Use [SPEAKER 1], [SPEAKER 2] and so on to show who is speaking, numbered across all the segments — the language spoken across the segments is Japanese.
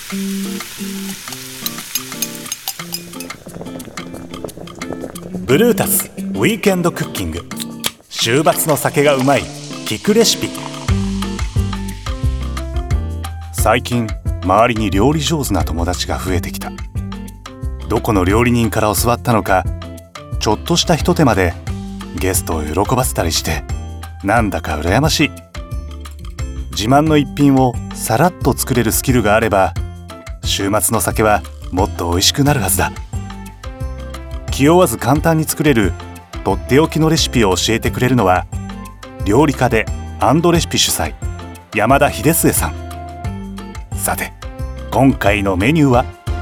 [SPEAKER 1] ブルータスウィークエンドクッキング、週末の酒がうまい聞くレシピ。最近周りに料理上手な友達が増えてきた。どこの料理人から教わったのか、ちょっとしたひと手間でゲストを喜ばせたりして、なんだか羨ましい。自慢の一品をさらっと作れるスキルがあれば、週末の酒はもっと美味しくなるはずだ。気負わず簡単に作れるとっておきのレシピを教えてくれるのは、料理家で&レシピ主催、山田秀末さん。さて、今回のメニューは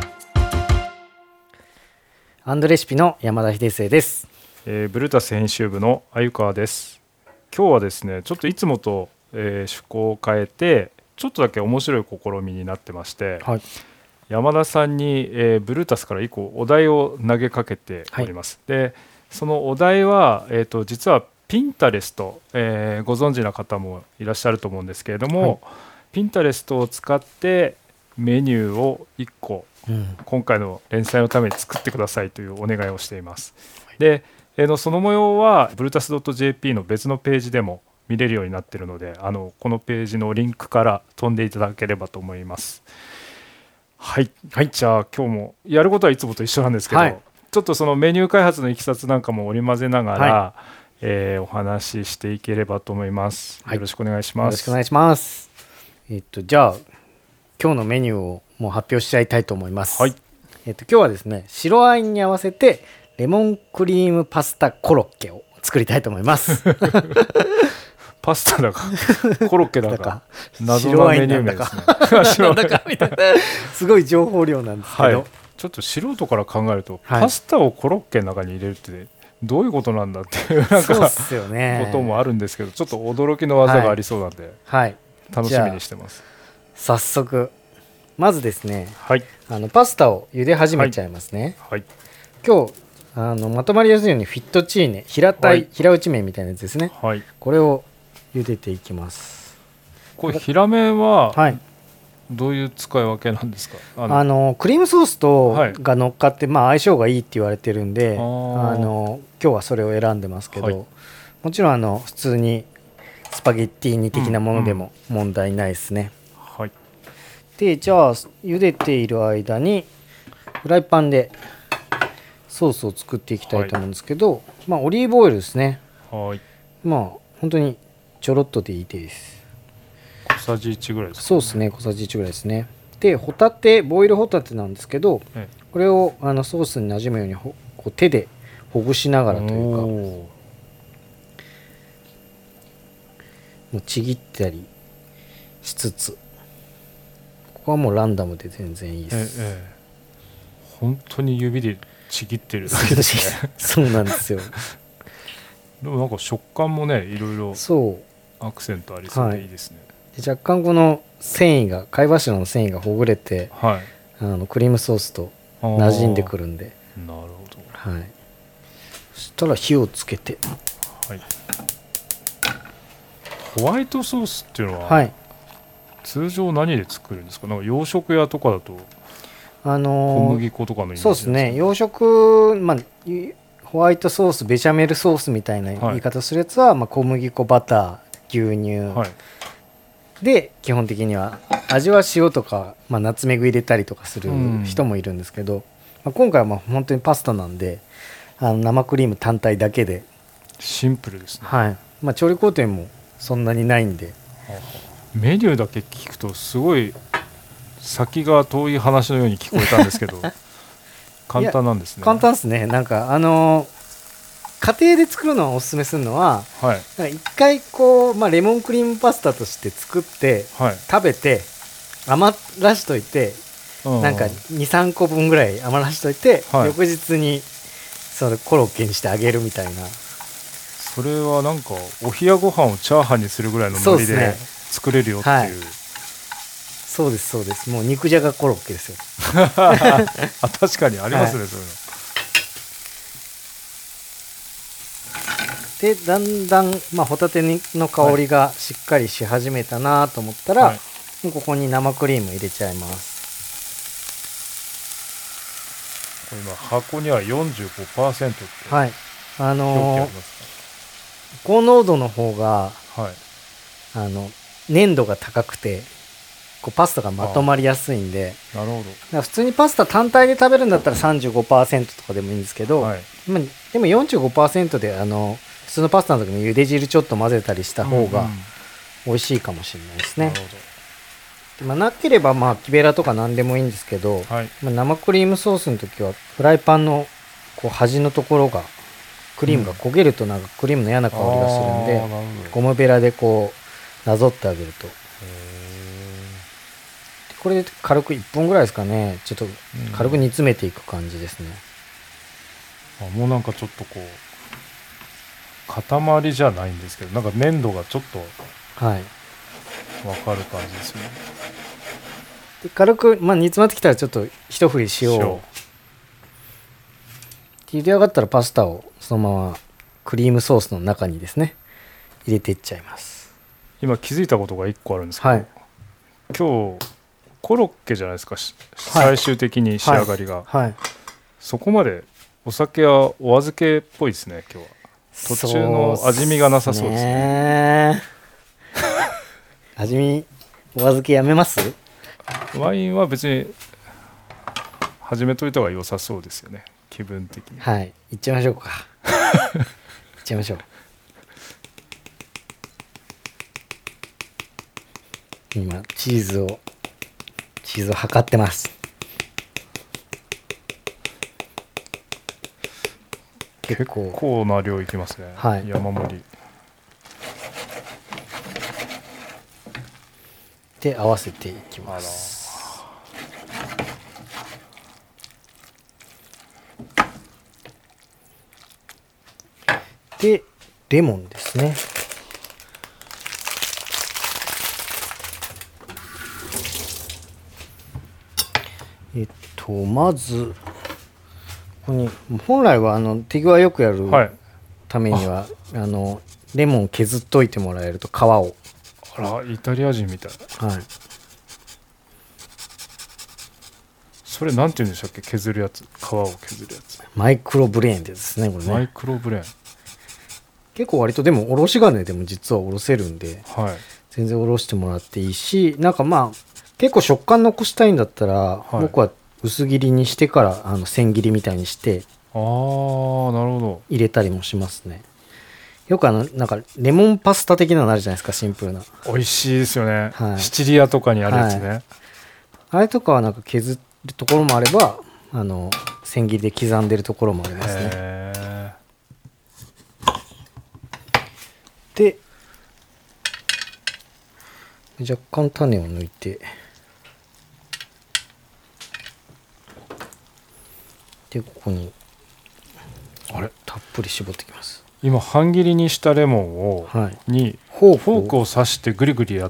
[SPEAKER 2] &レシピの山田秀末です。
[SPEAKER 3] ブルータス編集部の鮎川です。今日はですね、ちょっといつもと、趣向を変えて、ちょっとだけ面白い試みになってまして、
[SPEAKER 2] はい、
[SPEAKER 3] 山田さんに、ブルータスから1個お題を投げかけております。はい、でそのお題は、実はピンタレスト、ご存知な方もいらっしゃると思うんですけれども、はい、ピンタレストを使ってメニューを1個、今回の連載のために作ってくださいというお願いをしています。はい、でその模様はブルータス .jp の別のページでも見れるようになっているので、このページのリンクから飛んでいただければと思います。はい、はい、じゃあ今日もやることはいつもと一緒なんですけど、はい、ちょっとそのメニュー開発のいきさつなんかも織り交ぜながら、はい、お話ししていければと思います。よろしくお願いします。
[SPEAKER 2] よろしくお願いします。じゃあ今日のメニューをもう発表しちゃいたいと思います。はい、今日はですね、白ワインに合わせてレモンクリームパスタコロッケを作りたいと思います。
[SPEAKER 3] パスタだかコロッケだか謎のメニュー名ですね。
[SPEAKER 2] なんだかみたいなすごい情報量なんですけど、
[SPEAKER 3] はい、ちょっと素人から考えると、はい、パスタをコロッケの中に入れるってどういうことなんだっていうなんかそうっすよね、こともあるんですけど、ちょっと驚きの技がありそうなんで、はい、楽しみにしてます。
[SPEAKER 2] 早速まずですね、
[SPEAKER 3] はい、
[SPEAKER 2] パスタを茹で始めちゃいますね。はいはい、今日まとまりやすいようにフィットチーネ、平打ち麺みたいなやつですね。はい、これを茹でていきます。
[SPEAKER 3] これ平麺はどういう使い分けなんですか？
[SPEAKER 2] クリームソースとが乗っかって、相性がいいって言われてるんで、今日はそれを選んでますけど、はい、もちろん普通にスパゲッティ煮的なものでも問題ないですね。はい、でじゃあ茹でている間にフライパンでソースを作っていきたいと思うんですけど、はい、オリーブオイルですね。はい、本当にちょろっとでいいです。
[SPEAKER 3] 小さじ1ぐらいですかね。
[SPEAKER 2] そうですね、小さじ1ぐらいですね。でホタテ、ボイルホタテなんですけど、これをソースになじむようにこう手でほぐしながらというか、もうちぎったりしつつ、ここはもうランダムで全然いいです。
[SPEAKER 3] 本当に指でちぎってるだけですね。
[SPEAKER 2] そうなんですよ。
[SPEAKER 3] でもなんか食感もね、いろいろアクセントありそうでいいですね。
[SPEAKER 2] はい、で若干この繊維が、貝柱の繊維がほぐれて、はい、クリームソースと馴染んでくるんで。
[SPEAKER 3] なるほど。
[SPEAKER 2] はい、そしたら火をつけて、はい、
[SPEAKER 3] ホワイトソースっていうのは、はい、通常何で作るんですか？なんか洋食屋とかだと小麦粉とかのイメージですか？
[SPEAKER 2] そうですね、洋食、ホワイトソース、ベシャメルソースみたいな言い方するやつは、小麦粉、バター、牛乳、はい、で基本的には味は塩とか、ナツメグ入れたりとかする人もいるんですけど、今回は本当にパスタなんで生クリーム単体だけで
[SPEAKER 3] シンプルですね。
[SPEAKER 2] はい、調理工程もそんなにないんで、
[SPEAKER 3] メニューだけ聞くとすごい先が遠い話のように聞こえたんですけど簡単なんですね。
[SPEAKER 2] 簡単ですね。なんか家庭で作るのはおすすめするのは、はい、一回こう、レモンクリームパスタとして作って、はい、食べて余らしといて、なんか 2,3 個分ぐらい余らしといて、はい、翌日にそれコロッケにしてあげるみたいな。
[SPEAKER 3] それはなんかお冷やご飯をチャーハンにするぐらいのノリで作れるよっていう。
[SPEAKER 2] そうですそうです。もう肉じゃがコロッケですよ。
[SPEAKER 3] 確かにありますね、はい、そういう
[SPEAKER 2] の。でだんだん、ホタテの香りがしっかりし始めたなと思ったら、はい、もうここに生クリーム入れちゃいます。
[SPEAKER 3] これ今箱には 45% って
[SPEAKER 2] はい
[SPEAKER 3] 表記あります
[SPEAKER 2] 高濃度の方が
[SPEAKER 3] か？はい。
[SPEAKER 2] 粘度が高くてこうパスタがまとまりやすいんで、
[SPEAKER 3] なるほ
[SPEAKER 2] だから普通にパスタ単体で食べるんだったら 35% とかでもいいんですけど、
[SPEAKER 3] はい、
[SPEAKER 2] まあでも 45% で普通のパスタの時に茹で汁ちょっと混ぜたりした方が美味しいかもしれないですね。
[SPEAKER 3] なるほど。
[SPEAKER 2] まあ、なければまあ木べらとか何でもいいんですけど、
[SPEAKER 3] はい、
[SPEAKER 2] まあ、生クリームソースの時はフライパンのこう端のところがクリームが焦げるとなんかクリームの嫌な香りがするんで、ゴムベラでこうなぞってあげると、これで軽く1分ぐらいですかね、ちょっと軽く煮詰めていく感じですね。
[SPEAKER 3] もうなんかちょっとこう塊じゃないんですけど、なんか粘度がちょっと
[SPEAKER 2] はい
[SPEAKER 3] 分かる感じですよね。
[SPEAKER 2] で軽く、まあ、煮詰まってきたらちょっと一振り塩を茹で上がったらパスタをそのままクリームソースの中にですね入れていっちゃいます。
[SPEAKER 3] 今気づいたことが1個あるんですけど、
[SPEAKER 2] はい、
[SPEAKER 3] 今日コロッケじゃないですか、最終的に仕上がりが、
[SPEAKER 2] はいはい、
[SPEAKER 3] そこまでお酒はお預けっぽいですね。今日は途中の味見がなさそうですね。
[SPEAKER 2] 味見お預けやめます？
[SPEAKER 3] ワインは別に始めといた方が良さそうですよね、気分的に。
[SPEAKER 2] はい、いっちゃいましょうか。いっちゃいましょう。今チーズを測ってます。
[SPEAKER 3] 結構な量いきますね、
[SPEAKER 2] はい、
[SPEAKER 3] 山盛り
[SPEAKER 2] で合わせていきます。でレモンですね。まずここに本来は手際よくやるためには、はい、レモンを削っといてもらえると皮を。
[SPEAKER 3] あら、イタリア人みたい。
[SPEAKER 2] はい。
[SPEAKER 3] それなんて言うんでしたっけ、削るやつ、皮を削るやつ。
[SPEAKER 2] マイクロブレーンですね、これね。
[SPEAKER 3] マイクロブレーン。
[SPEAKER 2] 結構割とでもおろし金でも実はおろせるんで、
[SPEAKER 3] はい、
[SPEAKER 2] 全然おろしてもらっていいし、なんかまあ結構食感残したいんだったら、はい、僕は薄切りにしてから千切りみたいにして
[SPEAKER 3] なるほど
[SPEAKER 2] 入れたりもしますね。よくなんかレモンパスタ的なのあるじゃないですか、シンプルな。
[SPEAKER 3] 美味しいですよね、
[SPEAKER 2] はい、
[SPEAKER 3] シチリアとかにあるやつね、はい、
[SPEAKER 2] あれとかはなんか削るところもあれば千切りで刻んでるところもありますね。で若干種を抜いて、でここにたっぷり絞ってきます。
[SPEAKER 3] 今半切りにしたレモンを、はい、にフォークを刺してグリグリやって、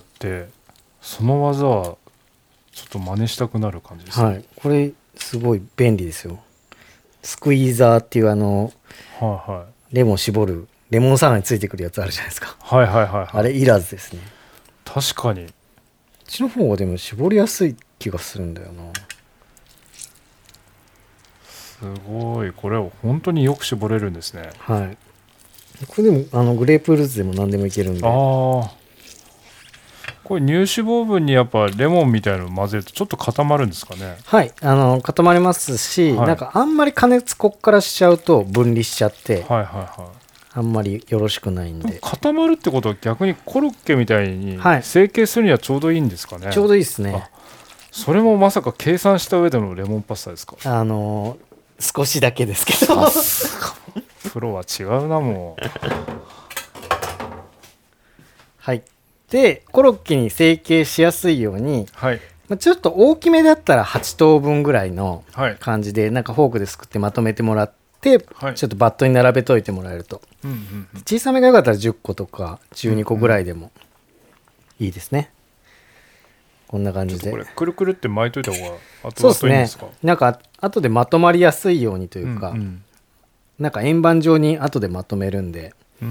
[SPEAKER 3] その技はちょっと真似したくなる感じですね。
[SPEAKER 2] はい、これすごい便利ですよ。スクイーザーっていうはいはい、レモン絞るレモンサワーについてくるやつあるじゃないですか。
[SPEAKER 3] はいはいはい、はい、
[SPEAKER 2] あれいらずですね。
[SPEAKER 3] 確かに。
[SPEAKER 2] うちの方がでも絞りやすい気がするんだよな。
[SPEAKER 3] すごい、これを本当によく絞れるんですね。
[SPEAKER 2] はい。これでもグレープフルーツでも何でもいけるんで。
[SPEAKER 3] これ乳脂肪分にやっぱレモンみたいなの混ぜるとちょっと固まるんですかね。
[SPEAKER 2] はい、固まりますし、はい、なんかあんまり加熱こっからしちゃうと分離しちゃって、はいはいはい、あんまりよろしくないんで。
[SPEAKER 3] 固まるってことは逆にコロッケみたいに成形するにはちょうどいいんですかね。
[SPEAKER 2] ちょうどいいですね。
[SPEAKER 3] それもまさか計算した上でのレモンパスタですか。
[SPEAKER 2] 少しだけですけど
[SPEAKER 3] プロは違うな、もう
[SPEAKER 2] はい。でコロッケに成形しやすいように、
[SPEAKER 3] はい、
[SPEAKER 2] ちょっと大きめだったら8等分ぐらいの感じで、はい、なんかフォークですくってまとめてもらって、はい、ちょっとバットに並べといてもらえると、うんうんうん、小さめがよかったら10個とか12個ぐらいでもいいですね、うんうん、こんな感じで。
[SPEAKER 3] これくるくるって巻いといた方が後々いいんですか。
[SPEAKER 2] そうですね、なんか後でまとまりやすいようにというか、うんうん、なんか円盤状に後でまとめるんで、うんうん、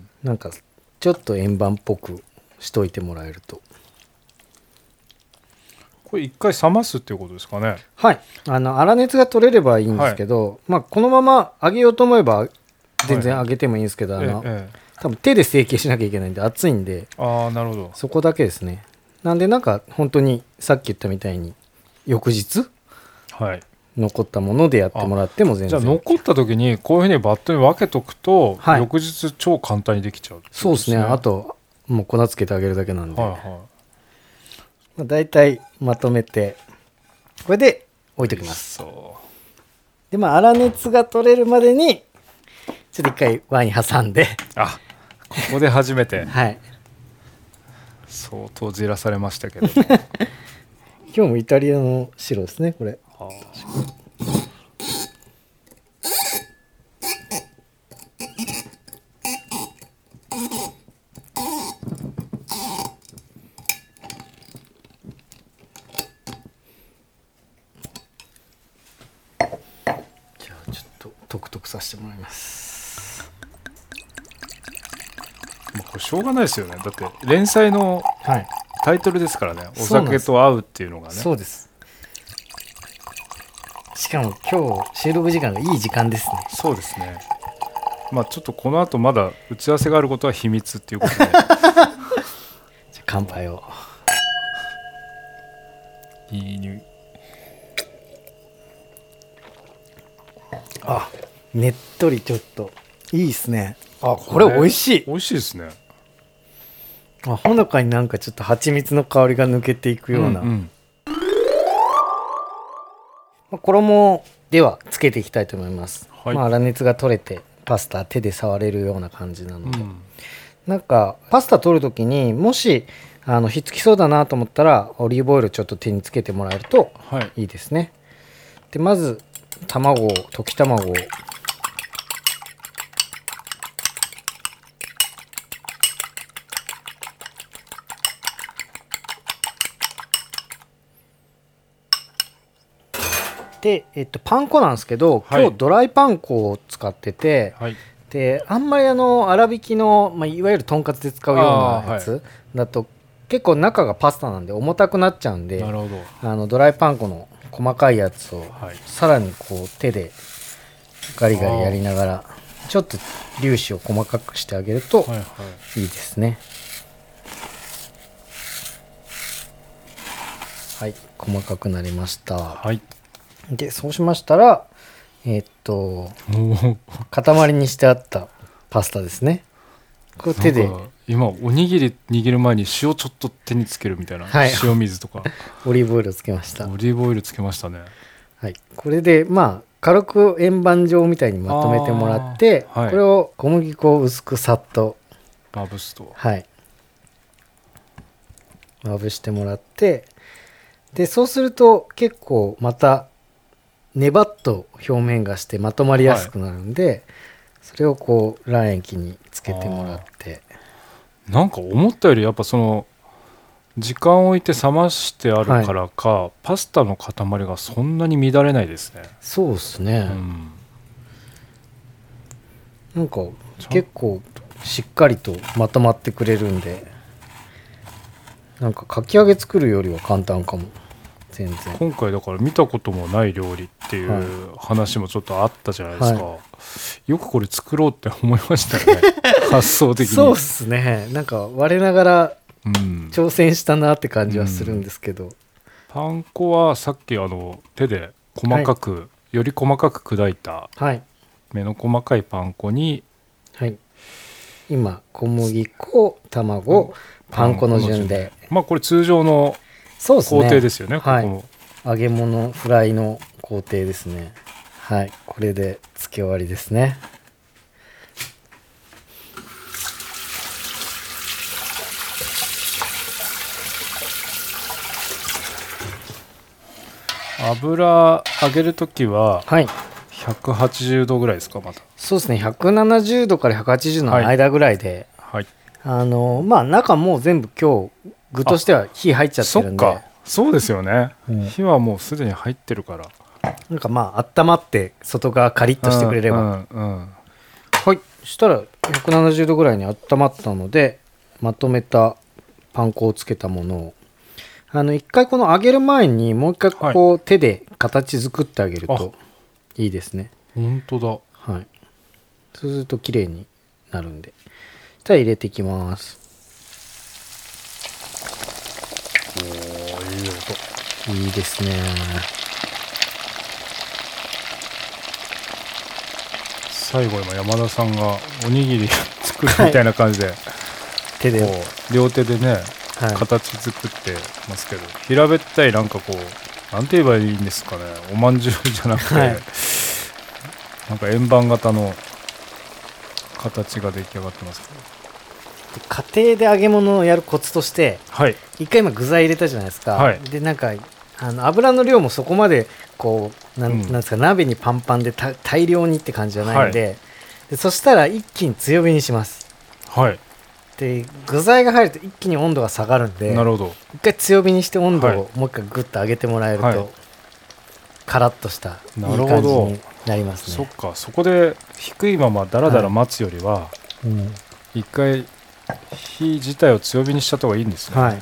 [SPEAKER 2] なんかちょっと円盤っぽくしといてもらえると。
[SPEAKER 3] ここれ一回冷ますっていうことですかね。
[SPEAKER 2] はい、粗熱が取れればいいんですけど、まあ、このまま揚げようと思えば全然揚げてもいいんですけど、多分手で成形しなきゃいけないんで熱いんで、
[SPEAKER 3] なるほど、
[SPEAKER 2] そこだけですね。なんでなんか本当にさっき言ったみたいに翌日、残ったものでやってもらっても全然。
[SPEAKER 3] じゃあ残った時にこういうふうにバットに分けとくと、翌日超簡単にできちゃう、
[SPEAKER 2] そうですね。あともう粉つけてあげるだけなんで、だいたいまとめてこれで置いておきます。でまあ粗熱が取れるまでにちょっと一回ワイン挟んで、
[SPEAKER 3] ここで初めて
[SPEAKER 2] はい、
[SPEAKER 3] 相当じらされましたけど
[SPEAKER 2] 今日もイタリアの白ですねこれ。じゃあちょっとトクトクさせてもらいます。
[SPEAKER 3] これしょうがないですよね。だって連載のタイトルですからね、お酒と合うっていうのがね。
[SPEAKER 2] そうです。しかも今日収録時間がいい時間ですね。
[SPEAKER 3] そうですね。まあちょっとこの後まだ打ち合わせがあることは秘密っていうことでじゃ
[SPEAKER 2] あ乾杯を。
[SPEAKER 3] いい匂い。
[SPEAKER 2] ねっとり、ちょっといいですね。これ美味しい。
[SPEAKER 3] 美味しいですね。
[SPEAKER 2] ほのかになんかちょっと蜂蜜の香りが抜けていくような、衣ではつけていきたいと思います。粗熱が取れてパスタ手で触れるような感じなので、なんかパスタ取るときにもしひっつきそうだなと思ったらオリーブオイルちょっと手につけてもらえるといいですね。でまず溶き卵をで、パン粉なんですけど、今日ドライパン粉を使ってて、であんまり粗挽きの、いわゆるとんかつで使うようなやつだと結構中がパスタなんで重たくなっちゃうんで、ドライパン粉の細かいやつをさらにこう手でガリガリやりながらちょっと粒子を細かくしてあげるといいですね。はい、細かくなりました。でそうしましたら塊にしてあったパスタですね。こう手で
[SPEAKER 3] 今おにぎり握る前に塩ちょっと手につけるみたいな、塩水とか
[SPEAKER 2] オリーブオイルをつけました。
[SPEAKER 3] オリーブオイルつけましたね。
[SPEAKER 2] これで軽く円盤状みたいにまとめてもらって、これを小麦粉を薄くさっと
[SPEAKER 3] まぶすと、
[SPEAKER 2] まぶしてもらって、でそうすると結構またネバッと表面がしてまとまりやすくなるんで、それをこう卵液につけてもらって、
[SPEAKER 3] なんか思ったよりやっぱその時間を置いて冷ましてあるからか、パスタの塊がそんなに乱れないですね。
[SPEAKER 2] そうですね、なんか結構しっかりとまとまってくれるんで、なんかかき揚げ作るよりは簡単かも。全然
[SPEAKER 3] 今回だから見たこともない料理っていう話もちょっとあったじゃないですか、よくこれ作ろうって思いましたよね発想的に。
[SPEAKER 2] そうっすね。なんか我ながら挑戦したなって感じはするんですけど、
[SPEAKER 3] パン粉はさっき手で細かく、より細かく砕いた目の細かいパン粉に、
[SPEAKER 2] 今小麦粉、卵、パン粉の順で、
[SPEAKER 3] これ通常の工程ですよね。
[SPEAKER 2] 揚げ物フライの工程ですね。これでつけ終わりですね。
[SPEAKER 3] 油揚げるときは180度ぐらいですか？また
[SPEAKER 2] そうですね。170度から180度の間ぐらいで、中もう全部今日具としては火入っちゃってるんで。
[SPEAKER 3] そうですよね、火はもうすでに入ってるから、
[SPEAKER 2] なんか温まって外側カリッとしてくれれば、そしたら170度ぐらいに温まったので、まとめたパン粉をつけたものを一回この揚げる前にもう一回こう手で形作ってあげるといいですね。
[SPEAKER 3] 本当だ。
[SPEAKER 2] はい。そうすると綺麗になるんで。じゃあ入れていきます。
[SPEAKER 3] おー、いい音。
[SPEAKER 2] いいですね。
[SPEAKER 3] 最後今山田さんがおにぎり作るみたいな感じで、
[SPEAKER 2] 手で
[SPEAKER 3] 両手でね、形作ってますけど、平べったいなんかこうなんて言えばいいんですかね、おまんじゅうじゃなくて、なんか円盤型の形が出来上がってますけど、
[SPEAKER 2] 家庭で揚げ物をやるコツとして、一回今具材入れたじゃないですか。でなんか油の量もそこまでこうなんですか、鍋にパンパンで大量にって感じじゃないので、でそしたら一気に強火にします。で具材が入ると一気に温度が下がるんで、
[SPEAKER 3] なるほど、
[SPEAKER 2] 一回強火にして温度をもう一回グッと上げてもらえると、カラッとしたいい感じになりますね。
[SPEAKER 3] そっか、そこで低いままだらだら待つよりは、一回火自体を強火にしちゃった方がいいんですね。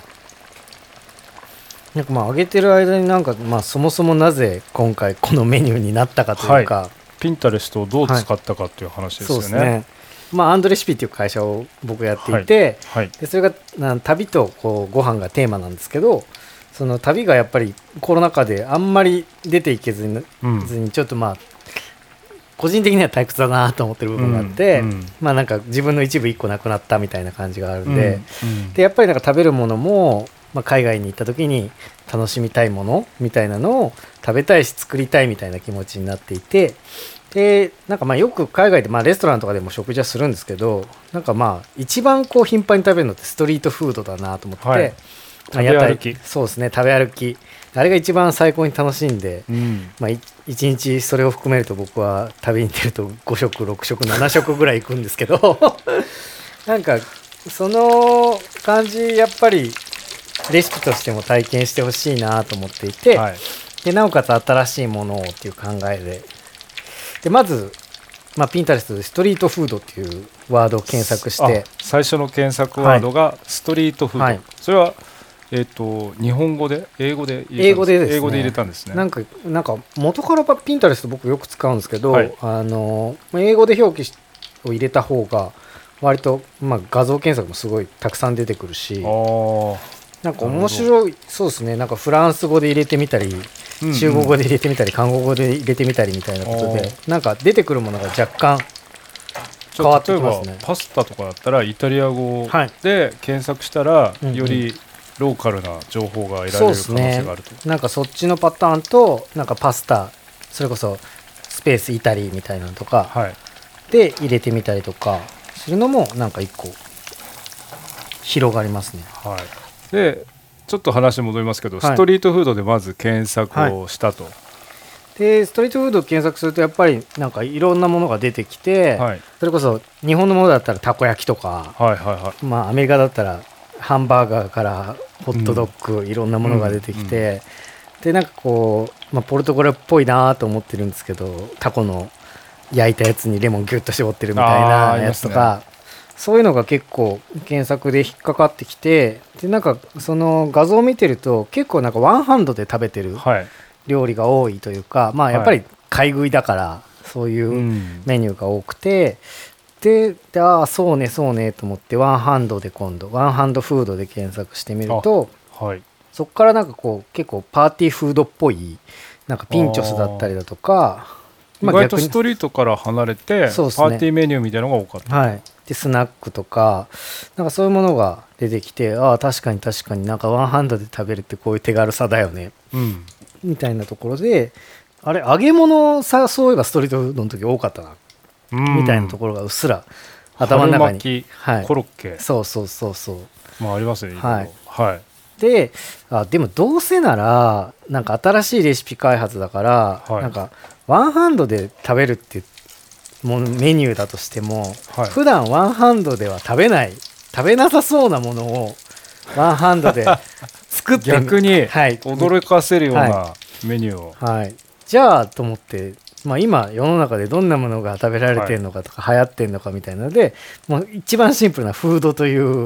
[SPEAKER 2] なんか揚げてる間になんかそもそもなぜ今回このメニューになったかというか、
[SPEAKER 3] ピンタレストをどう使ったかという話ですよね。
[SPEAKER 2] そうですね。アンドレシピっていう会社を僕やっていて、でそれが旅とこうご飯がテーマなんですけど、その旅がやっぱりコロナ禍であんまり出ていけずに、ちょっと個人的には退屈だなと思ってる部分があって、なんか自分の一部一個なくなったみたいな感じがあるんで、でやっぱりなんか食べるものも、海外に行った時に楽しみたいものみたいなのを食べたいし作りたいみたいな気持ちになっていて、でなんかよく海外でレストランとかでも食事はするんですけど、なんか一番こう頻繁に食べるのってストリートフードだなと思って、
[SPEAKER 3] 食べ歩き、
[SPEAKER 2] そうですね、食べ歩き、あれが一番最高に楽しいんで、1日それを含めると僕は食べに出ると5食6食7食ぐらい行くんですけどなんかその感じやっぱりレシピとしても体験してほしいなと思っていて、でなおかつ新しいものをっていう考えでまず、ピンタレストでストリートフードっていうワードを検索して、
[SPEAKER 3] 最初の検索ワードがストリートフード、それは日本語で英語で入れたんですね。
[SPEAKER 2] なんか元からピンタレスト僕よく使うんですけど、英語で表記を入れた方が割と画像検索もすごいたくさん出てくるし、なんか面白い。そうですね。なんかフランス語で入れてみたり、中国語で入れてみたり、韓国語で入れてみたりみたいなことで、なんか出てくるものが若干変わってきますね。
[SPEAKER 3] 例えばパスタとかだったらイタリア語で検索したら、よりローカルな情報が得られる可能性があると。
[SPEAKER 2] なんかそっちのパターンと、なんかパスタ、それこそスペースイタリーみたいなのとかで入れてみたりとかするのもなんか一個広がりますね。
[SPEAKER 3] でちょっと話戻りますけど、ストリートフードでまず検索をしたと、
[SPEAKER 2] でストリートフードを検索するとやっぱりなんかいろんなものが出てきて、それこそ日本のものだったらたこ焼きとか、アメリカだったらハンバーガーからホットドッグ、いろんなものが出てきて、でなんかこう、ポルトガルっぽいなと思ってるんですけど、タコの焼いたやつにレモンギュッと絞ってるみたいなやつとか、そういうのが結構検索で引っかかってきて、でなんかその画像を見てると結構なんかワンハンドで食べてる料理が多いというか、やっぱり買い食いだからそういうメニューが多くて、でそうねと思ってワンハンドで今度ワンハンドフードで検索してみると、そこからなんかこう結構パーティーフードっぽいなんかピンチョスだったりだとか、
[SPEAKER 3] 意外とストリートから離れてパーティーメニューみたいなのが多かった。
[SPEAKER 2] でスナックとかなんかそういうものが出てきて、確かになんかワンハンドで食べるってこういう手軽さだよね、みたいなところで、あれ揚げ物さ、そういえばストリートフードの時多かったな、みたいなところがうっすら頭の中に。
[SPEAKER 3] 春巻き、コロッケ、
[SPEAKER 2] そう
[SPEAKER 3] ありますね。
[SPEAKER 2] ででもどうせならなんか新しいレシピ開発だから、なんかワンハンドで食べるってもメニューだとしても、普段ワンハンドでは食べなさそうなものをワンハンドで作って
[SPEAKER 3] 逆に驚かせるようなメニューを、
[SPEAKER 2] じゃあと思って、今世の中でどんなものが食べられてるのかとか、流行ってるのかみたいなので、もう一番シンプルなフードという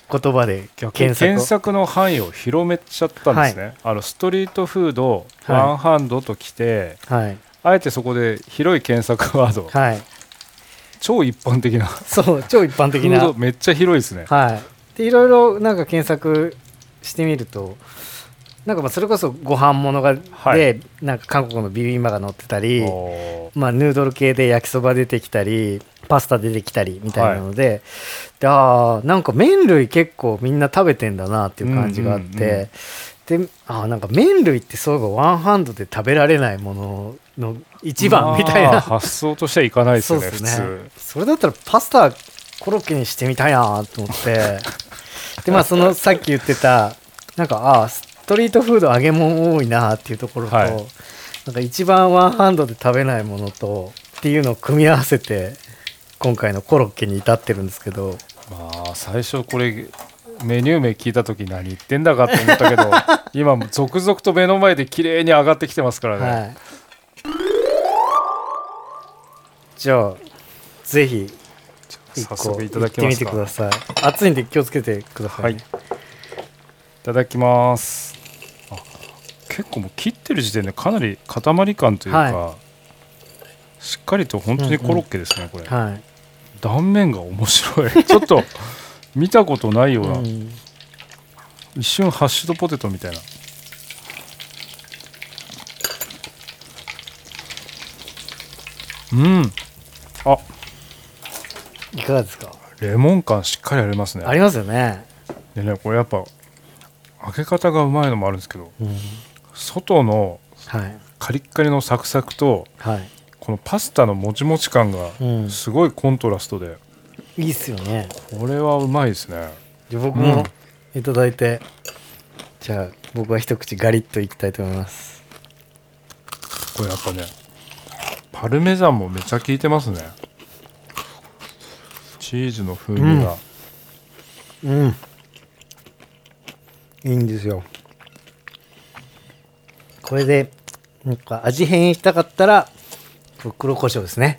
[SPEAKER 2] 言葉で検
[SPEAKER 3] 索の範囲を広めちゃったんですね、はい、ストリートフード、はい、ワンハンドときて、はい、あえてそこで広い検索ワード、はい、超一般的な
[SPEAKER 2] そう超一般的な
[SPEAKER 3] フードめっちゃ広いですね、
[SPEAKER 2] はい、でいろいろなんか検索してみるとなんかまあそれこそご飯物がで、はい、なんか韓国のビビンバが載ってたり、まあ、ヌードル系で焼きそば出てきたりパスタ出てきたりみたいなので、はい、でなんか麺類結構みんな食べてんだなっていう感じがあって、でなんか麺類ってそういえばワンハンドで食べられないものの一番みたいな、
[SPEAKER 3] 発想としてはいかないですよね。
[SPEAKER 2] そうですね。普通それだったらパスタコロッケにしてみたいなと思ってでまあそのさっき言ってたなんかストリートフード揚げ物多いなっていうところと、はい、なんか一番ワンハンドで食べないものとっていうのを組み合わせて今回のコロッケに至ってるんですけど、
[SPEAKER 3] まあ最初これメニュー名聞いた時何言ってんだかと思ったけど今も続々と目の前で綺麗に上がってきてますからね、はい、
[SPEAKER 2] じゃあぜひ
[SPEAKER 3] 早速いただきますか。
[SPEAKER 2] 行ってみてください。熱いんで気をつけてください、はい、い
[SPEAKER 3] ただきます。結構もう切ってる時点でかなり塊感というか、はい、しっかりと本当にコロッケですね、これ、はい、断面が面白いちょっと見たことないような、一瞬ハッシュドポテトみたいな。
[SPEAKER 2] いかがですか。
[SPEAKER 3] レモン感しっかりありますね。
[SPEAKER 2] ありますよね。
[SPEAKER 3] でね、これやっぱ揚げ方がうまいのもあるんですけど、外のカリッカリのサクサクと、このパスタのもちもち感がすごいコントラストで、
[SPEAKER 2] いいっすよね。
[SPEAKER 3] これはうまいですね。
[SPEAKER 2] で僕もいただいて、じゃあ僕は一口ガリッといきたいと思います。
[SPEAKER 3] これやっぱねパルメザンもめちゃ効いてますね。チーズの風味が、
[SPEAKER 2] いいんですよ。これでなんか味変したかったら黒胡椒ですね。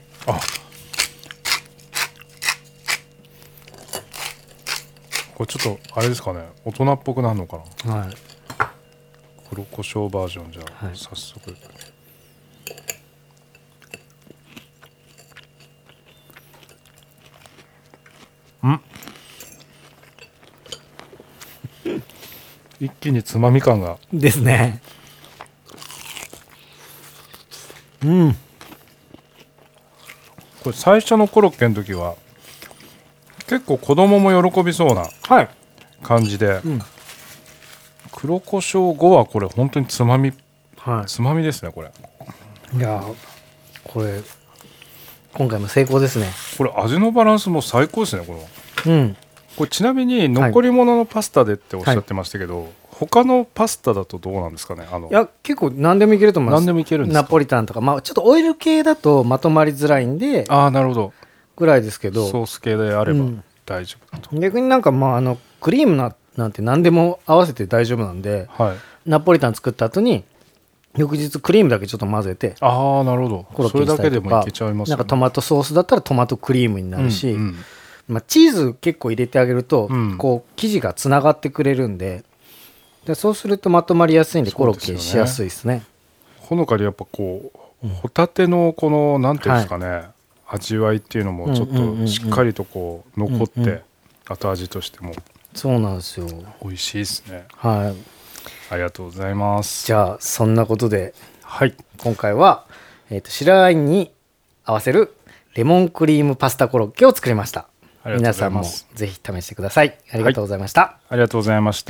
[SPEAKER 3] これちょっとあれですかね、大人っぽくなるのかな、
[SPEAKER 2] はい、
[SPEAKER 3] 黒胡椒バージョン。じゃあ、はい、早速一気につまみ感が
[SPEAKER 2] ですね。
[SPEAKER 3] これ最初のコロッケの時は結構子供も喜びそうな感じで、黒胡椒後はこれ本当につまみ、つまみですね。これ
[SPEAKER 2] いやこれ今回も成功ですね。
[SPEAKER 3] これ味のバランスも最高ですね。これちなみに残り物のパスタでっておっしゃってましたけど、他のパスタだとどうなんですかね。
[SPEAKER 2] いや結構何でもいけると思います。
[SPEAKER 3] 何でもいけるんですか。
[SPEAKER 2] ナポリタンとか、ちょっとオイル系だとまとまりづらいんで、
[SPEAKER 3] なるほど
[SPEAKER 2] ぐらいですけど、
[SPEAKER 3] ソース系であれば大丈夫だと。
[SPEAKER 2] 逆になんかクリームなんて何でも合わせて大丈夫なんで、ナポリタン作った後に翌日クリームだけちょっと混ぜて、
[SPEAKER 3] なるほど、それだけでもいけちゃいますね。
[SPEAKER 2] なんかトマトソースだったらトマトクリームになるし、チーズ結構入れてあげると、こう生地がつながってくれるんで、そうするとまとまりやすいんでコロッケしやすいですね。
[SPEAKER 3] ほのかにやっぱこう、ホタテのこのなんていうんですかね、味わいっていうのもちょっとしっかりとこう残って、後味としても
[SPEAKER 2] そうなんですよ。
[SPEAKER 3] 美味しいですね。
[SPEAKER 2] はい、
[SPEAKER 3] ありがとうございます。
[SPEAKER 2] じゃあそんなことで、今回は、白ワインに合わせるレモンクリームパスタコロッケを作りました。皆さんもぜひ試してください。ありがとうございました。
[SPEAKER 3] ありがとうございました。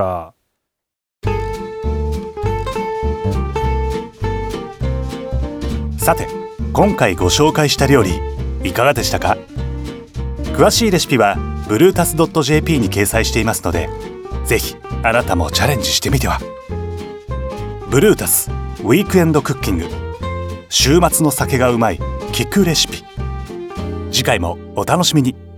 [SPEAKER 1] さて今回ご紹介した料理いかがでしたか。詳しいレシピは blutas.jp に掲載していますので、ぜひあなたもチャレンジしてみては。ブルータスウィークエンドクッキング、週末の酒がうまい聞くレシピ。次回もお楽しみに。